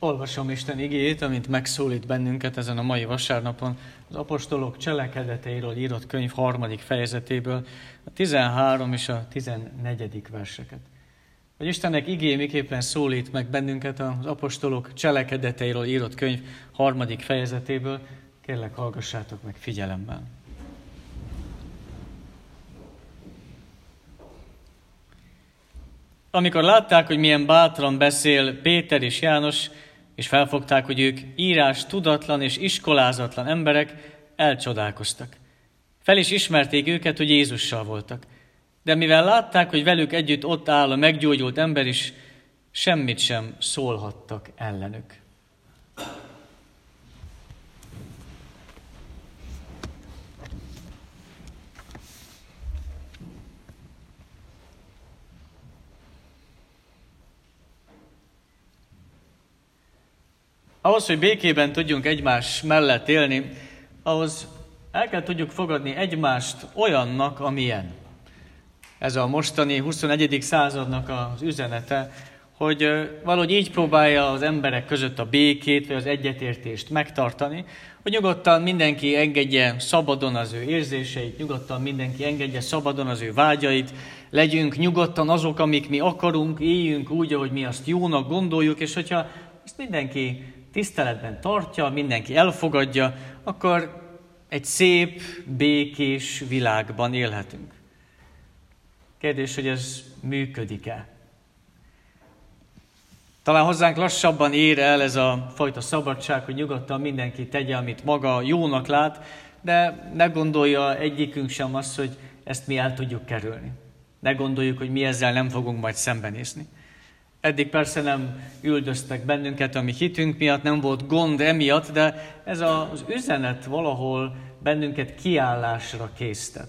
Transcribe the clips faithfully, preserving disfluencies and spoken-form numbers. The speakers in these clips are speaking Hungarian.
Olvasom Isten igéjét, amint megszólít bennünket ezen a mai vasárnapon, az apostolok cselekedeteiről írott könyv harmadik fejezetéből, a tizenhárom és a tizennegyedik verseket. Hogy Istennek igéje miképpen szólít meg bennünket az apostolok cselekedeteiről írott könyv harmadik fejezetéből, kérlek hallgassátok meg figyelemmel. Amikor látták, hogy milyen bátran beszél Péter és János, és felfogták, hogy ők írás tudatlan és iskolázatlan emberek, elcsodálkoztak. Fel is ismerték őket, hogy Jézussal voltak. De mivel látták, hogy velük együtt ott áll a meggyógyult ember is, semmit sem szólhattak ellenük. Ahhoz, hogy békében tudjunk egymás mellett élni, ahhoz el kell tudjuk fogadni egymást olyannak, amilyen. Ez a mostani huszonegyedik századnak az üzenete, hogy valahogy így próbálja az emberek között a békét vagy az egyetértést megtartani, hogy nyugodtan mindenki engedje szabadon az ő érzéseit, nyugodtan mindenki engedje szabadon az ő vágyait, legyünk nyugodtan azok, amik mi akarunk, éljünk úgy, ahogy mi azt jónak gondoljuk, és hogyha ezt mindenki tiszteletben tartja, mindenki elfogadja, akkor egy szép, békés világban élhetünk. Kérdés, hogy ez működik-e? Talán hozzánk lassabban ér el ez a fajta szabadság, hogy nyugodtan mindenki tegye, amit maga jónak lát, de ne gondolja egyikünk sem azt, hogy ezt mi el tudjuk kerülni. Ne gondoljuk, hogy mi ezzel nem fogunk majd szembenézni. Eddig persze nem üldöztek bennünket a mi hitünk miatt, nem volt gond emiatt, de ez az üzenet valahol bennünket kiállásra késztet.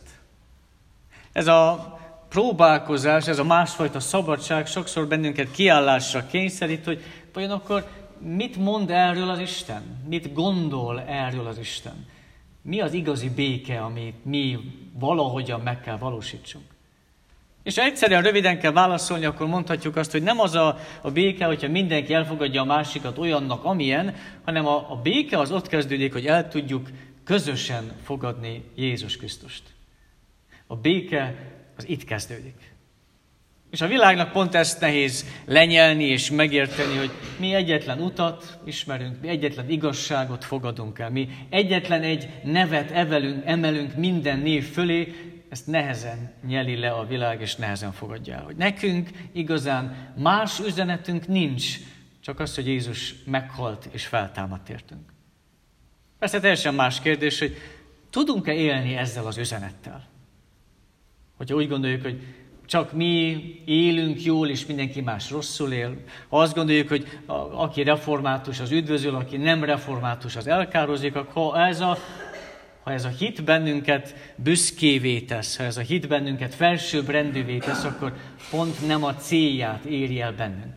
Ez a próbálkozás, ez a másfajta szabadság sokszor bennünket kiállásra kényszerít, hogy vajon akkor mit mond erről az Isten? Mit gondol erről az Isten? Mi az igazi béke, amit mi valahogyan meg kell valósítsunk? És ha egyszerűen röviden kell válaszolni, akkor mondhatjuk azt, hogy nem az a, a béke, hogyha mindenki elfogadja a másikat olyannak, amilyen, hanem a, a béke az ott kezdődik, hogy el tudjuk közösen fogadni Jézus Krisztust. A béke az itt kezdődik. És a világnak pont ezt nehéz lenyelni és megérteni, hogy mi egyetlen utat ismerünk, mi egyetlen igazságot fogadunk el, mi egyetlen egy nevet emelünk, emelünk minden név fölé, ezt nehezen nyeli le a világ, és nehezen fogadja el. Hogy nekünk igazán más üzenetünk nincs, csak az, hogy Jézus meghalt és feltámadt értünk. Persze teljesen más kérdés, hogy tudunk-e élni ezzel az üzenettel? Hogyha úgy gondoljuk, hogy csak mi élünk jól, és mindenki más rosszul él. Ha azt gondoljuk, hogy a, aki református, az üdvözöl, aki nem református, az elkározik, akkor ez a Ha ez a hit bennünket büszkévé tesz, ha ez a hit bennünket felsőbbrendűvé tesz, akkor pont nem a célját éri el bennünk.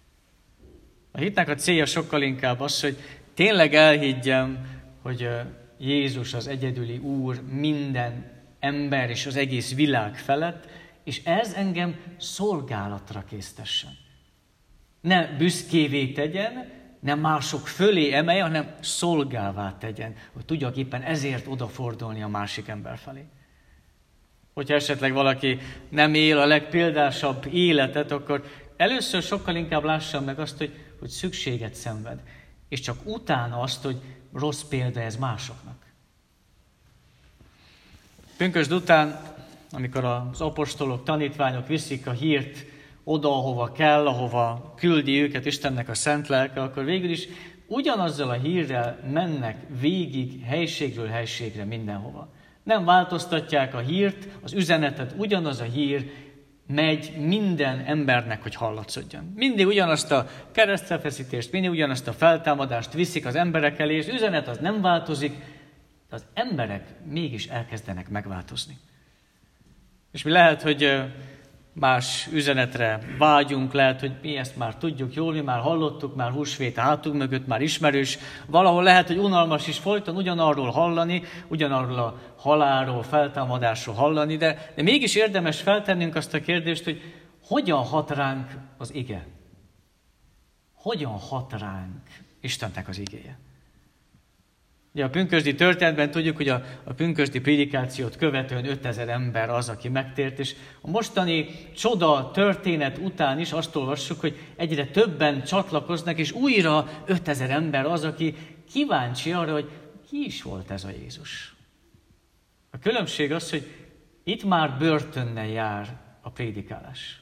A hitnek a célja sokkal inkább az, hogy tényleg elhiggyem, hogy Jézus az egyedüli Úr minden ember és az egész világ felett, és ez engem szolgálatra késztessen. Ne büszkévé tegyen, nem mások fölé emelje, hanem szolgává tegyen, hogy tudjak éppen ezért odafordulni a másik ember felé. Hogyha esetleg valaki nem él a legpéldásabb életet, akkor először sokkal inkább lássam meg azt, hogy, hogy szükséget szenved, és csak utána azt, hogy rossz példa ez másoknak. Pünkösd után, amikor az apostolok, tanítványok viszik a hírt oda, ahova kell, ahova küldi őket Istennek a szent lelke, akkor végül is ugyanazzal a hírrel mennek végig helységről helységre mindenhova. Nem változtatják a hírt, az üzenetet, ugyanaz a hír megy minden embernek, hogy hallatszódjon. Mindig ugyanazt a keresztfeszítést, mindig ugyanazt a feltámadást viszik az emberek elé, és az üzenet az nem változik, de az emberek mégis elkezdenek megváltozni. És mi lehet, hogy más üzenetre vágyunk, lehet, hogy mi ezt már tudjuk jól, mi már hallottuk, már húsvét hátunk mögött, már ismerős. Valahol lehet, hogy unalmas is folyton ugyanarról hallani, ugyanarról a halálról, feltámadásról hallani, de, de mégis érdemes feltennünk azt a kérdést, hogy hogyan hat ránk az ige? hogyan hat ránk Istennek az igéje. Ugye a pünkösdi történetben tudjuk, hogy a, a pünkösdi prédikációt követően ötezer ember az, aki megtért, és a mostani csoda történet után is azt olvassuk, hogy egyre többen csatlakoznak, és újra ötezer ember az, aki kíváncsi arra, hogy ki is volt ez a Jézus. A különbség az, hogy itt már börtönnel jár a prédikálás.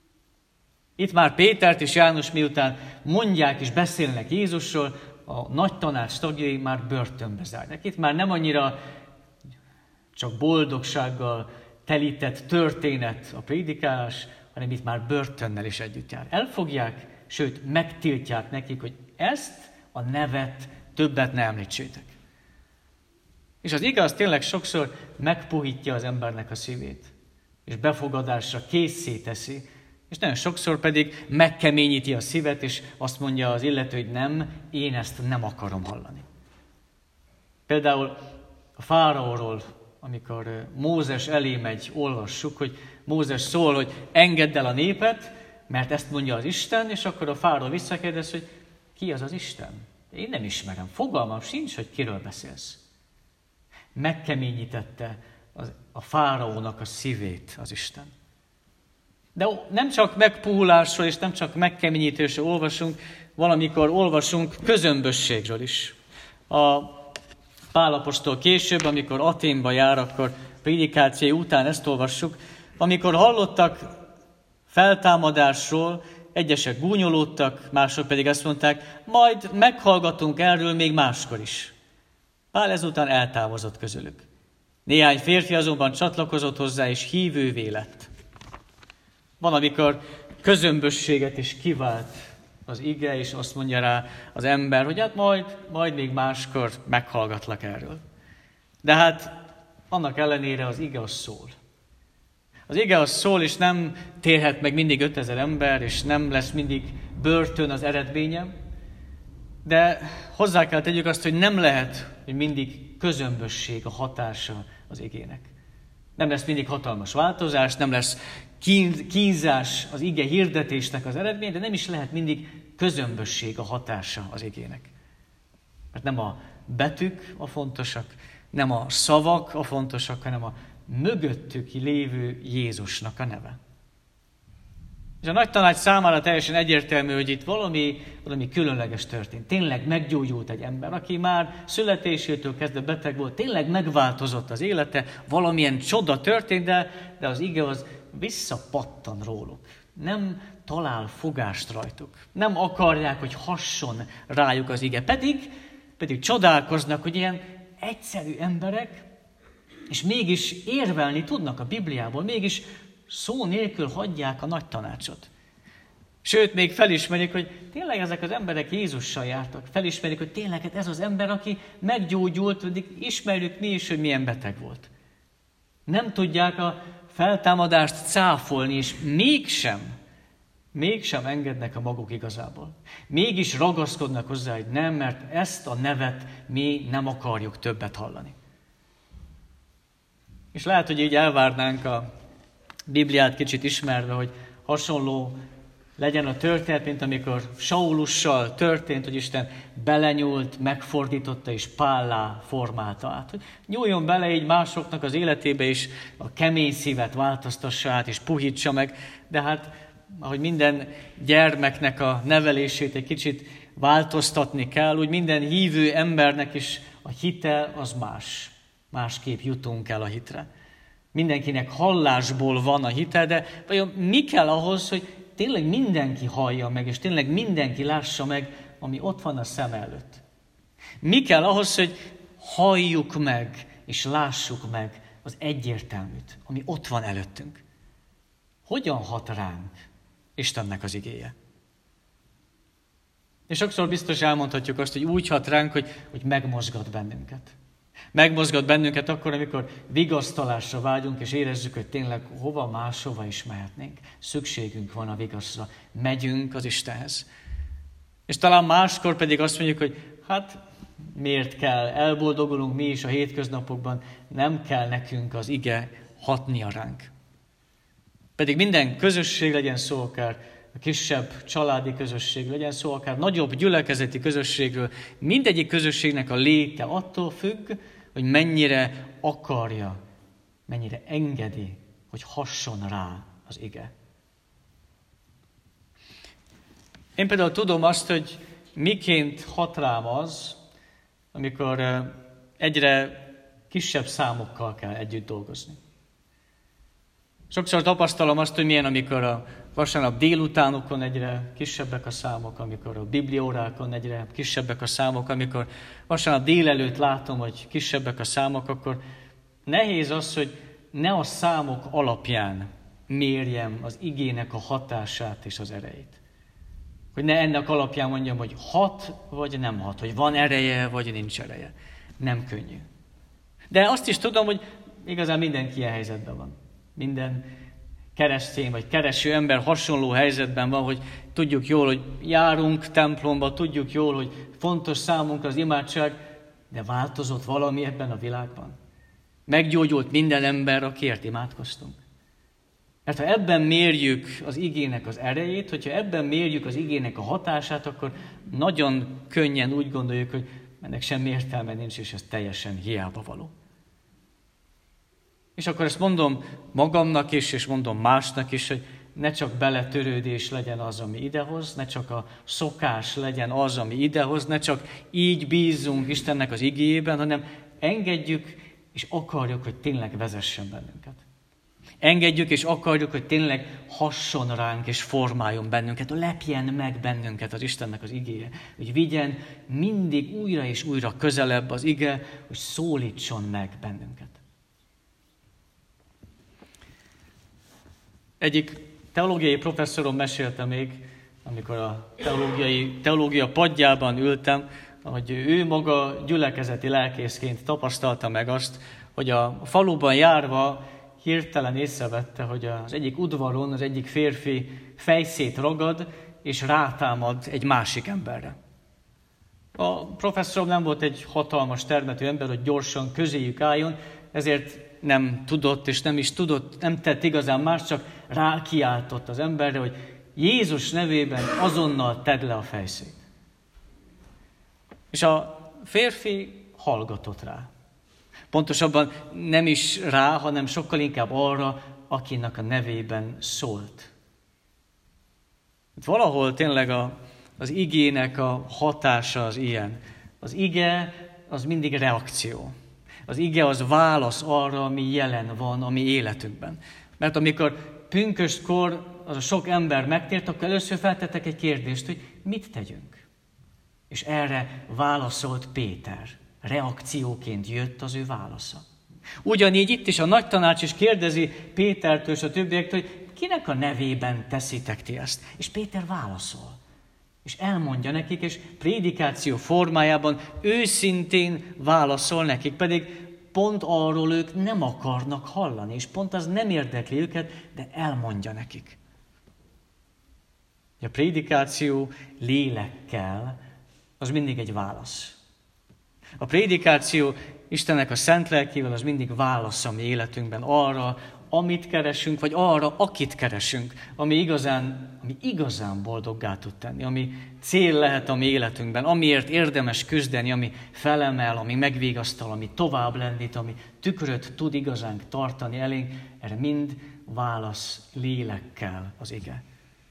Itt már Pétert és János miután mondják és beszélnek Jézusról, a nagy tanács tagjai már börtönbe zárják. Itt már nem annyira csak boldogsággal telített történet a prédikálás, hanem itt már börtönnel is együtt jár. Elfogják, sőt megtiltják nekik, hogy ezt a nevet többet ne említsétek. És az igaz tényleg sokszor megpuhítja az embernek a szívét, és befogadásra készé teszi, és nagyon sokszor pedig megkeményíti a szívet, és azt mondja az illető, hogy nem, én ezt nem akarom hallani. Például a fáraóról, amikor Mózes elé megy, olvassuk, hogy Mózes szól, hogy engedd el a népet, mert ezt mondja az Isten, és akkor a fáraó visszakérdez, hogy ki az az Isten? Én nem ismerem, fogalmam sincs, hogy kiről beszélsz. Megkeményítette az, a fáraónak a szívét az Isten. De nem csak megpuhulásról és nem csak megkeményítésről olvasunk, valamikor olvasunk közömbösségről is. A Pál apostol később, amikor Athénba jár, akkor prédikáció után ezt olvassuk, amikor hallottak feltámadásról, egyesek gúnyolódtak, mások pedig azt mondták, majd meghallgatunk erről még máskor is. Pál ezután eltávozott közülük. Néhány férfi azonban csatlakozott hozzá, és hívővé lett. Van, amikor közömbösséget is kivált az ige, és azt mondja rá az ember, hogy hát majd, majd még máskor meghallgatlak erről. De hát annak ellenére az ige az szól. Az ige az szól, és nem térhet meg mindig ötezer ember, és nem lesz mindig börtön az eredménye. De hozzá kell tegyük azt, hogy nem lehet, hogy mindig közömbösség a hatása az igének. Nem lesz mindig hatalmas változás, nem lesz kínzás az ige hirdetésnek az eredmény, de nem is lehet mindig közömbösség a hatása az igének. Mert nem a betűk a fontosak, nem a szavak a fontosak, hanem a mögöttük lévő Jézusnak a neve. És a nagy tanács számára teljesen egyértelmű, hogy itt valami, valami különleges történt. Tényleg meggyógyult egy ember, aki már születésétől kezdve beteg volt, tényleg megváltozott az élete, valamilyen csoda történt, de, de az ige az visszapattan róluk. Nem talál fogást rajtuk. Nem akarják, hogy hasson rájuk az ige. Pedig, pedig csodálkoznak, hogy ilyen egyszerű emberek, és mégis érvelni tudnak a Bibliából, mégis szó nélkül hagyják a nagy tanácsot. Sőt, még felismerik, hogy tényleg ezek az emberek Jézussal jártak. Felismerik, hogy tényleg ez az ember, aki meggyógyult, pedig ismerjük mi is, hogy milyen beteg volt. Nem tudják a feltámadást cáfolni, és mégsem, mégsem engednek a maguk igazából. Mégis ragaszkodnak hozzá, hogy nem, mert ezt a nevet mi nem akarjuk többet hallani. És lehet, hogy így elvárnánk a Bibliát kicsit ismerve, hogy hasonló legyen a történet, mint amikor Saulussal történt, hogy Isten belenyúlt, megfordította és Pállá formálta át. Hogy nyúljon bele így másoknak az életébe is, a kemény szívet változtassa át és puhítsa meg, de hát ahogy minden gyermeknek a nevelését egy kicsit változtatni kell, úgy minden hívő embernek is a hite az más. Másképp jutunk el a hitre. Mindenkinek hallásból van a hite, de vajon mi kell ahhoz, hogy tényleg mindenki hallja meg, és tényleg mindenki lássa meg, ami ott van a szem előtt? Mi kell ahhoz, hogy halljuk meg, és lássuk meg az egyértelműt, ami ott van előttünk? Hogyan hat ránk Istennek az igéje? És sokszor biztos elmondhatjuk azt, hogy úgy hat ránk, hogy, hogy megmozgat bennünket. Megmozgat bennünket akkor, amikor vigasztalásra vágyunk, és érezzük, hogy tényleg hova máshova is mehetnénk. Szükségünk van a vigaszra. Megyünk az Istenhez. És talán máskor pedig azt mondjuk, hogy hát miért kell, elboldogulunk mi is a hétköznapokban, nem kell nekünk az ige hatnia ránk. Pedig minden közösség, legyen szó akár a kisebb családi közösség, legyen szó akár nagyobb gyülekezeti közösségről, mindegyik közösségnek a léte attól függ, hogy mennyire akarja, mennyire engedi, hogy hasson rá az ige. Én például tudom azt, hogy miként hat rám az, amikor egyre kisebb számokkal kell együtt dolgozni. Sokszor tapasztalom azt, hogy milyen, amikor a vasárnap délutánokon egyre kisebbek a számok, amikor a bibliórákon egyre kisebbek a számok, amikor vasárnap délelőtt látom, hogy kisebbek a számok, akkor nehéz az, hogy ne a számok alapján mérjem az igének a hatását és az erejét. Hogy ne ennek alapján mondjam, hogy hat vagy nem hat, hogy van ereje vagy nincs ereje. Nem könnyű. De azt is tudom, hogy igazán mindenki ilyen helyzetben van. Minden keresztény vagy kereső ember hasonló helyzetben van, hogy tudjuk jól, hogy járunk templomba, tudjuk jól, hogy fontos számunkra az imádság, de változott valami ebben a világban. Meggyógyult minden ember, akiért imádkoztunk. Mert ha ebben mérjük az igének az erejét, hogyha ebben mérjük az igének a hatását, akkor nagyon könnyen úgy gondoljuk, hogy ennek semmi értelme nincs, és ez teljesen hiába való. És akkor ezt mondom magamnak is, és mondom másnak is, hogy ne csak beletörődés legyen az, ami idehoz, ne csak a szokás legyen az, ami idehoz, ne csak így bízzunk Istennek az igéjében, hanem engedjük és akarjuk, hogy tényleg vezessen bennünket. Engedjük és akarjuk, hogy tényleg hasson ránk és formáljon bennünket, lepjen meg bennünket az Istennek az igéje, hogy vigyen mindig újra és újra közelebb az ige, hogy szólítson meg bennünket. Egyik teológiai professzorom mesélte még, amikor a teológiai, teológia padjában ültem, hogy ő maga gyülekezeti lelkészként tapasztalta meg azt, hogy a faluban járva hirtelen észrevette, hogy az egyik udvaron az egyik férfi fejszét ragad, és rátámad egy másik emberre. A professzorom nem volt egy hatalmas termetű ember, hogy gyorsan közéjük álljon, ezért nem tudott, és nem is tudott, nem tett igazán más, csak rákiáltott az emberre, hogy Jézus nevében azonnal tedd le a fejszét. És a férfi hallgatott rá. Pontosabban nem is rá, hanem sokkal inkább arra, akinek a nevében szólt. Valahol tényleg a, az igének a hatása az ilyen. Az ige az mindig reakció. Az ige az válasz arra, ami jelen van a mi életünkben. Mert amikor pünköstkor az a sok ember megtért, akkor először feltettek egy kérdést, hogy mit tegyünk. És erre válaszolt Péter. Reakcióként jött az ő válasza. Ugyanígy itt is a nagy tanács is kérdezi Pétertől és a többiektől, hogy kinek a nevében teszitek ti ezt? És Péter válaszol. És elmondja nekik, és prédikáció formájában őszintén válaszol nekik, pedig pont arról ők nem akarnak hallani, és pont az nem érdekli őket, de elmondja nekik. A prédikáció lélekkel az mindig egy válasz. A prédikáció Istennek a szent lelkével az mindig válasz a mi életünkben arra, amit keresünk, vagy arra, akit keresünk, ami igazán, ami igazán boldoggá tud tenni, ami cél lehet a mi életünkben, amiért érdemes küzdeni, ami felemel, ami megvigasztal, ami tovább lendít, ami tükröt tud igazán tartani elénk, erre mind válasz lélekkel az ige.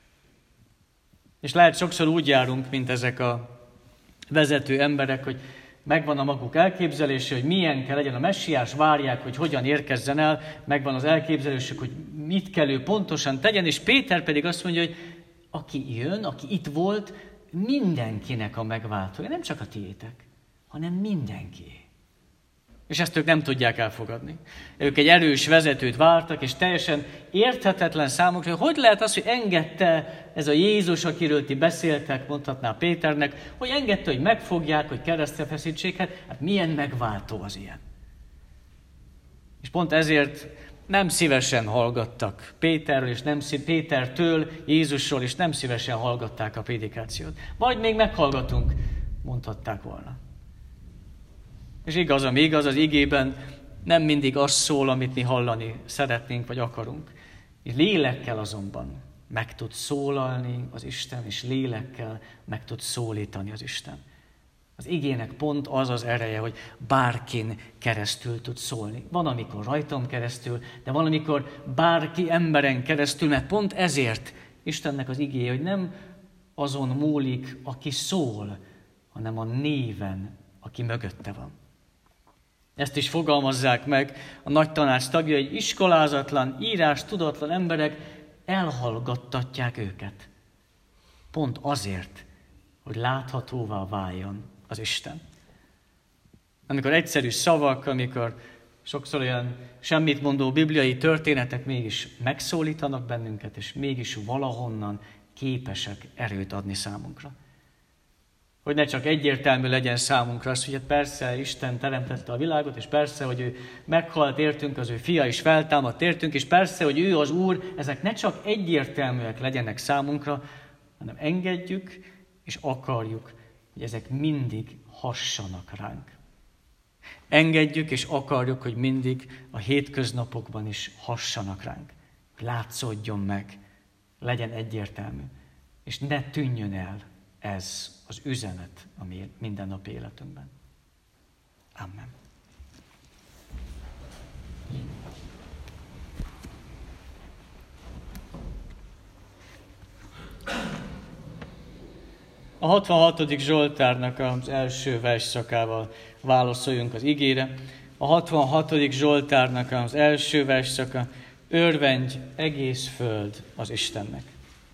És lehet sokszor úgy járunk, mint ezek a vezető emberek, hogy megvan a maguk elképzelése, hogy milyen kell legyen a messiás, várják, hogy hogyan érkezzen el, megvan az elképzelésük, hogy mit kell ő pontosan tegyen, és Péter pedig azt mondja, hogy aki jön, aki itt volt, mindenkinek a megváltója, nem csak a tiétek, hanem mindenki. És ezt ők nem tudják elfogadni. Ők egy erős vezetőt vártak, és teljesen érthetetlen számukra, hogy hogy lehet az, hogy engedte ez a Jézus, akiről ti beszéltek, mondhatná Péternek, hogy engedte, hogy megfogják, hogy keresztre feszítsék, hát, hát milyen megváltó az ilyen. És pont ezért nem szívesen hallgattak Péterről, és nem szív, Pétertől, Jézusról, és nem szívesen hallgatták a prédikációt. Majd még meghallgatunk, mondhatták volna. És igaz, ami igaz, az igében nem mindig az szól, amit mi hallani szeretnénk, vagy akarunk. És lélekkel azonban meg tud szólalni az Isten, és lélekkel meg tud szólítani az Isten. Az igének pont az az ereje, hogy bárkin keresztül tud szólni. Van, amikor rajtam keresztül, de van, amikor bárki emberen keresztül, mert pont ezért Istennek az igéje, hogy nem azon múlik, aki szól, hanem a néven, aki mögötte van. Ezt is fogalmazzák meg a nagy tanács tagjai, hogy iskolázatlan, írás tudatlan emberek elhallgattatják őket. Pont azért, hogy láthatóvá váljon az Isten. Amikor egyszerű szavak, amikor sokszor olyan semmit mondó bibliai történetek mégis megszólítanak bennünket, és mégis valahonnan képesek erőt adni számunkra. Hogy ne csak egyértelmű legyen számunkra az, hogy hát persze Isten teremtette a világot, és persze, hogy ő meghalt értünk, az ő fia is feltámadt értünk, és persze, hogy ő az Úr, ezek ne csak egyértelműek legyenek számunkra, hanem engedjük és akarjuk, hogy ezek mindig hassanak ránk. Engedjük és akarjuk, hogy mindig a hétköznapokban is hassanak ránk. Látszódjon meg, legyen egyértelmű, és ne tűnjön el ez az üzenet a mi mindennapi életünkben. Amen. A hatvanhatodik Zsoltárnak az első versszakával válaszoljunk az igére. A hatvanhatodik Zsoltárnak az első versszaka: örvendj egész föld az Istennek.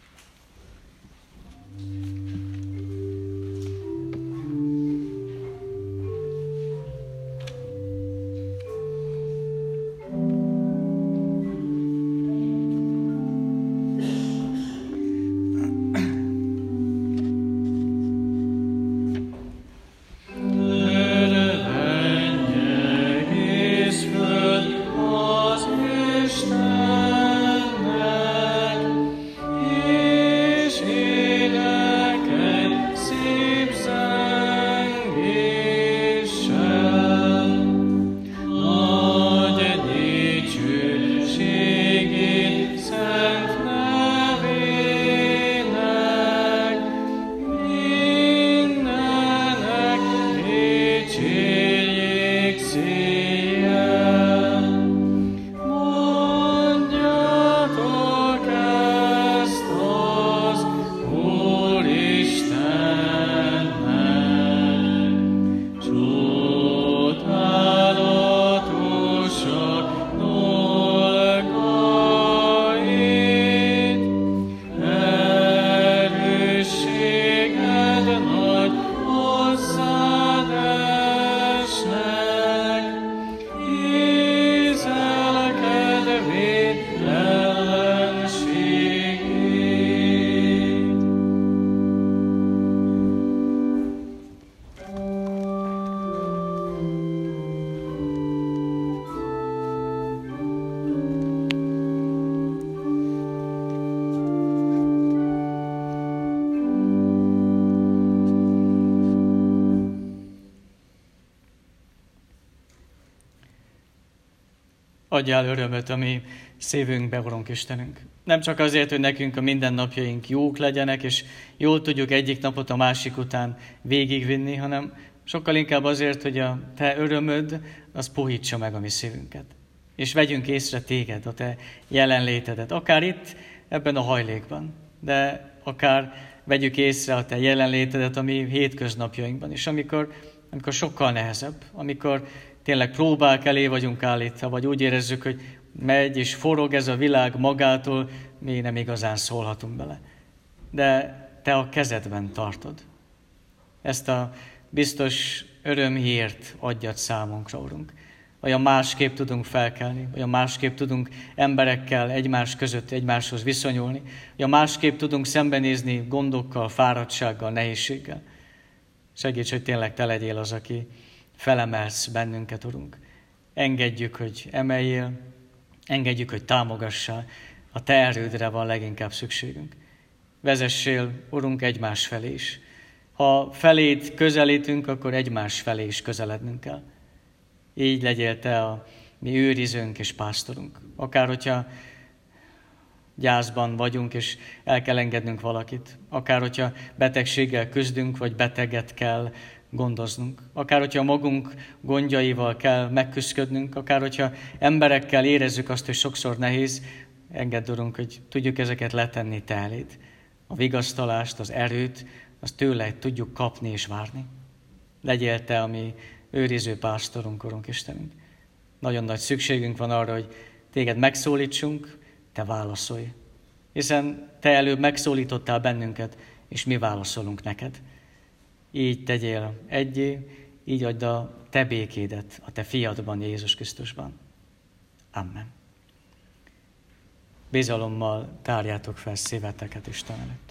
Adjál örömöt a mi szívünkbe, Urunk Istenünk. Nem csak azért, hogy nekünk a mindennapjaink jók legyenek, és jól tudjuk egyik napot a másik után végigvinni, hanem sokkal inkább azért, hogy a Te örömöd, az puhítsa meg a mi szívünket. És vegyünk észre Téged, a Te jelenlétedet, akár itt, ebben a hajlékban, de akár vegyük észre a Te jelenlétedet a mi hétköznapjainkban is, amikor, amikor sokkal nehezebb, amikor tényleg próbák elé vagyunk állítva, vagy úgy érezzük, hogy megy és forog ez a világ magától, mi nem igazán szólhatunk bele. De Te a kezedben tartod. Ezt a biztos örömhírt adjad számunkra, Urunk. Olyan másképp tudunk felkelni, olyan másképp tudunk emberekkel egymás között egymáshoz viszonyulni, olyan másképp tudunk szembenézni gondokkal, fáradtsággal, nehézséggel. Segíts, hogy tényleg Te legyél az, aki felemelsz bennünket, Urunk. Engedjük, hogy emeljél, engedjük, hogy támogassál. A Te erődre van leginkább szükségünk. Vezessél, Urunk, egymás felé is. Ha feléd közelítünk, akkor egymás felé is közelednünk kell. Így legyél Te a mi őrizőnk és pásztorunk. Akár hogyha gyászban vagyunk, és el kell engednünk valakit. Akár, hogyha betegséggel küzdünk, vagy beteget kell gondoznunk. Akár, hogyha magunk gondjaival kell megküszködnünk, akár, hogyha emberekkel érezzük azt, hogy sokszor nehéz, engedd, Urunk, hogy tudjuk ezeket letenni Te eléd. A vigasztalást, az erőt, azt tőle tudjuk kapni és várni. Legyél Te a mi őriző pásztorunk, Urunk Istenünk. Nagyon nagy szükségünk van arra, hogy Téged megszólítsunk, Te válaszolj. Hiszen Te előbb megszólítottál bennünket, és mi válaszolunk neked. Így tegyél egyé, így add a Te békédet a Te fiadban, Jézus Krisztusban. Amen. Bizalommal tárjátok fel szíveteket Isten előtt.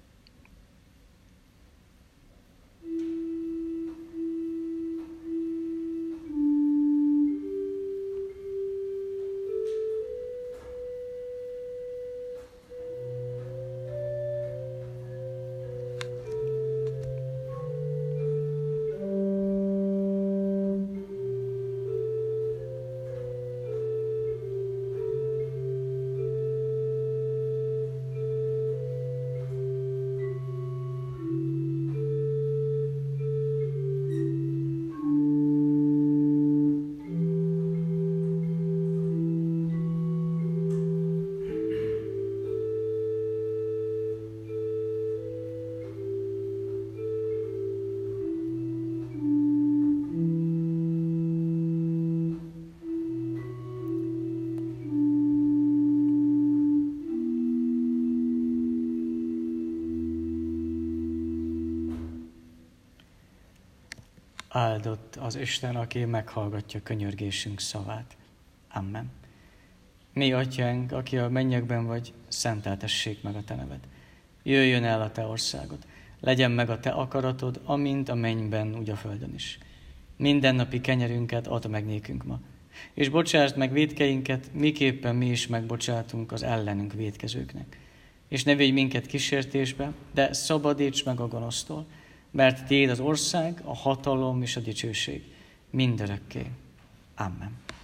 Áldott az Isten, aki meghallgatja könyörgésünk szavát. Amen. Mi, Atyánk, aki a mennyekben vagy, szenteltessék meg a Te neved. Jöjjön el a Te országod. Legyen meg a Te akaratod, amint a mennyben, úgy a földön is. Mindennapi kenyerünket add meg nékünk ma. És bocsásd meg vétkeinket, miképpen mi is megbocsátunk az ellenünk vétkezőknek. És ne védj minket kísértésbe, de szabadíts meg a gonosztól, mert Tiéd az ország, a hatalom és a dicsőség mindörökké. Amen.